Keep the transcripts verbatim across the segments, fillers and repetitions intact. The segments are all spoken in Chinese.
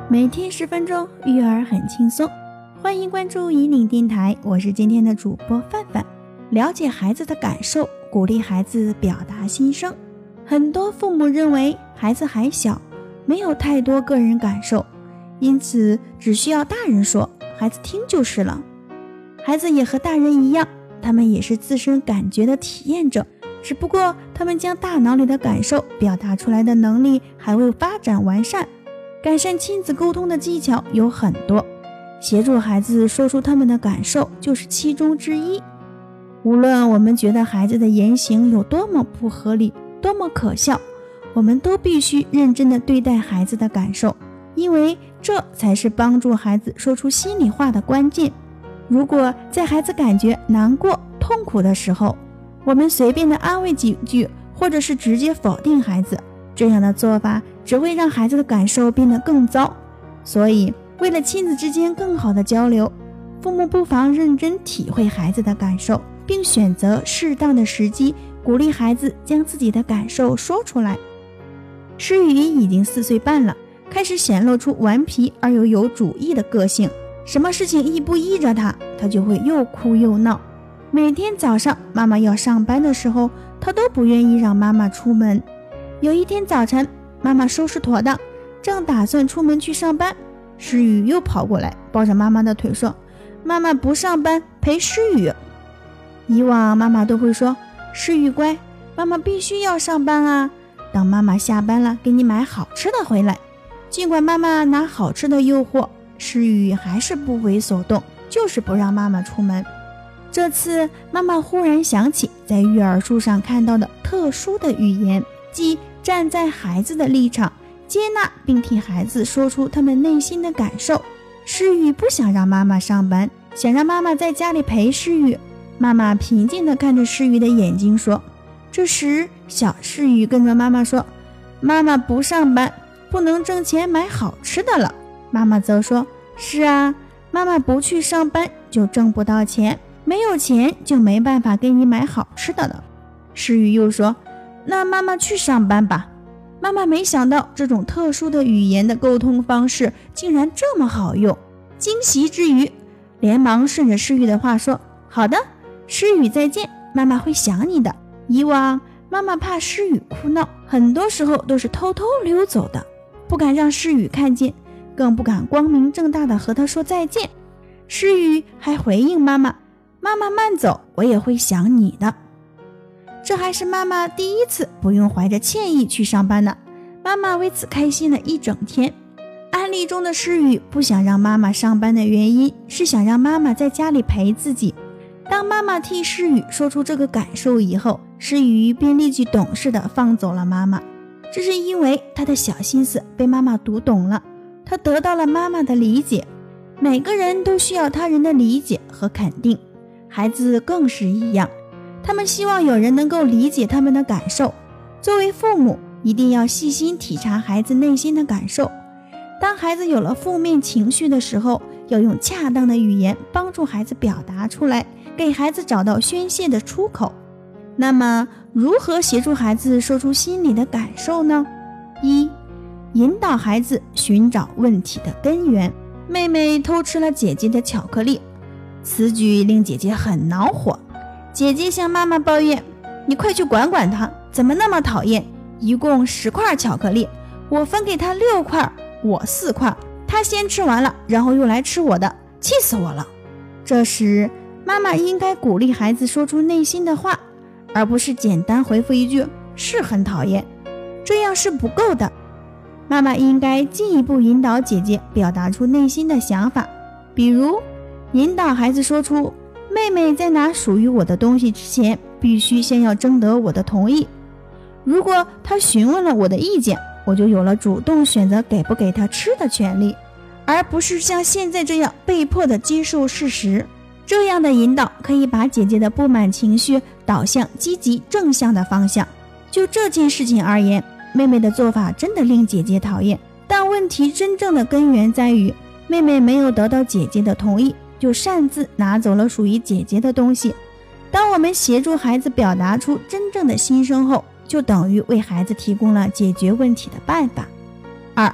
每天十分钟，育儿很轻松。欢迎关注引领电台，我是今天的主播范范。了解孩子的感受，鼓励孩子表达心声。很多父母认为孩子还小，没有太多个人感受，因此只需要大人说，孩子听就是了。孩子也和大人一样，他们也是自身感觉的体验者，只不过他们将大脑里的感受表达出来的能力还未发展完善。改善亲子沟通的技巧有很多，协助孩子说出他们的感受就是其中之一。无论我们觉得孩子的言行有多么不合理，多么可笑，我们都必须认真地对待孩子的感受，因为这才是帮助孩子说出心里话的关键。如果在孩子感觉难过、痛苦的时候，我们随便的安慰几句，或者是直接否定孩子，这样的做法只会让孩子的感受变得更糟。所以为了亲子之间更好的交流，父母不妨认真体会孩子的感受，并选择适当的时机鼓励孩子将自己的感受说出来。诗雨已经四岁半了，开始显露出顽皮而又有主意的个性，什么事情一不依着他，他就会又哭又闹。每天早上妈妈要上班的时候，他都不愿意让妈妈出门。有一天早晨，妈妈收拾妥当，正打算出门去上班，诗雨又跑过来抱着妈妈的腿说，妈妈不上班陪诗雨。以往妈妈都会说，诗雨乖，妈妈必须要上班啊，等妈妈下班了给你买好吃的回来。尽管妈妈拿好吃的诱惑，诗雨还是不为所动，就是不让妈妈出门。这次妈妈忽然想起在育儿书上看到的特殊的语言，即站在孩子的立场，接纳并替孩子说出他们内心的感受。诗雨不想让妈妈上班，想让妈妈在家里陪诗雨。妈妈平静地看着诗雨的眼睛说。这时小诗雨跟着妈妈说，妈妈不上班，不能挣钱买好吃的了。妈妈则说，是啊，妈妈不去上班就挣不到钱，没有钱就没办法给你买好吃的了。诗雨又说，那妈妈去上班吧。妈妈没想到这种特殊的语言的沟通方式竟然这么好用，惊喜之余连忙顺着诗雨的话说，好的，诗雨再见，妈妈会想你的。以往妈妈怕诗雨哭闹，很多时候都是偷偷溜走的，不敢让诗雨看见，更不敢光明正大的和她说再见。诗雨还回应妈妈，妈妈慢走，我也会想你的。这还是妈妈第一次不用怀着歉意去上班呢，妈妈为此开心了一整天。案例中的诗雨不想让妈妈上班的原因是想让妈妈在家里陪自己。当妈妈替诗雨说出这个感受以后，诗雨便立即懂事地放走了妈妈。这是因为她的小心思被妈妈读懂了，她得到了妈妈的理解。每个人都需要他人的理解和肯定，孩子更是一样，他们希望有人能够理解他们的感受。作为父母，一定要细心体察孩子内心的感受。当孩子有了负面情绪的时候，要用恰当的语言帮助孩子表达出来，给孩子找到宣泄的出口。那么如何协助孩子说出心里的感受呢？一、引导孩子寻找问题的根源。妹妹偷吃了姐姐的巧克力，此举令姐姐很恼火。姐姐向妈妈抱怨，你快去管管她，怎么那么讨厌，一共十块巧克力，我分给她六块，我四块，她先吃完了，然后又来吃我的，气死我了。这时妈妈应该鼓励孩子说出内心的话，而不是简单回复一句是很讨厌，这样是不够的。妈妈应该进一步引导姐姐表达出内心的想法，比如引导孩子说出，妹妹在拿属于我的东西之前，必须先要征得我的同意。如果她询问了我的意见，我就有了主动选择给不给她吃的权利，而不是像现在这样被迫的接受事实。这样的引导可以把姐姐的不满情绪导向积极正向的方向。就这件事情而言，妹妹的做法真的令姐姐讨厌，但问题真正的根源在于，妹妹没有得到姐姐的同意，就擅自拿走了属于姐姐的东西。当我们协助孩子表达出真正的心声后，就等于为孩子提供了解决问题的办法。二、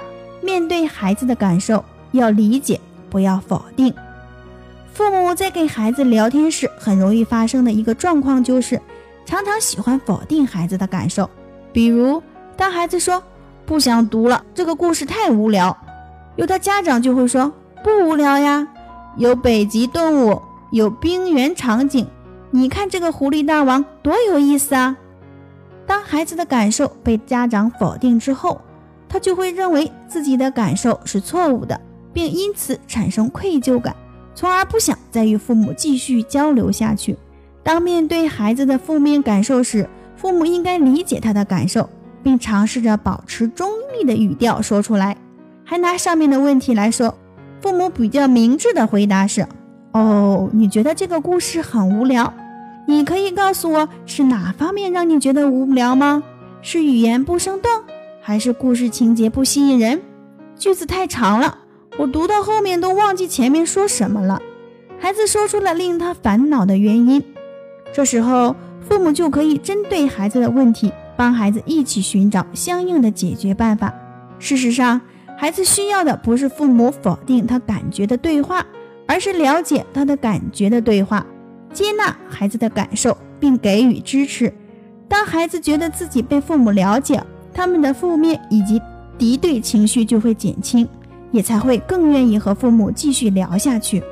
面对孩子的感受，要理解，不要否定。父母在给孩子聊天时，很容易发生的一个状况就是，常常喜欢否定孩子的感受。比如，当孩子说不想读了，这个故事太无聊，有的家长就会说不无聊呀，有北极动物，有冰原场景，你看这个狐狸大王多有意思啊。当孩子的感受被家长否定之后，他就会认为自己的感受是错误的，并因此产生愧疚感，从而不想再与父母继续交流下去。当面对孩子的负面感受时，父母应该理解他的感受，并尝试着保持中立的语调说出来。还拿上面的问题来说，父母比较明智的回答是：哦，你觉得这个故事很无聊，你可以告诉我是哪方面让你觉得无聊吗？是语言不生动，还是故事情节不吸引人？句子太长了，我读到后面都忘记前面说什么了。孩子说出了令他烦恼的原因，这时候父母就可以针对孩子的问题，帮孩子一起寻找相应的解决办法。事实上，孩子需要的不是父母否定他感觉的对话，而是了解他的感觉的对话，接纳孩子的感受，并给予支持。当孩子觉得自己被父母了解，他们的负面以及敌对情绪就会减轻，也才会更愿意和父母继续聊下去。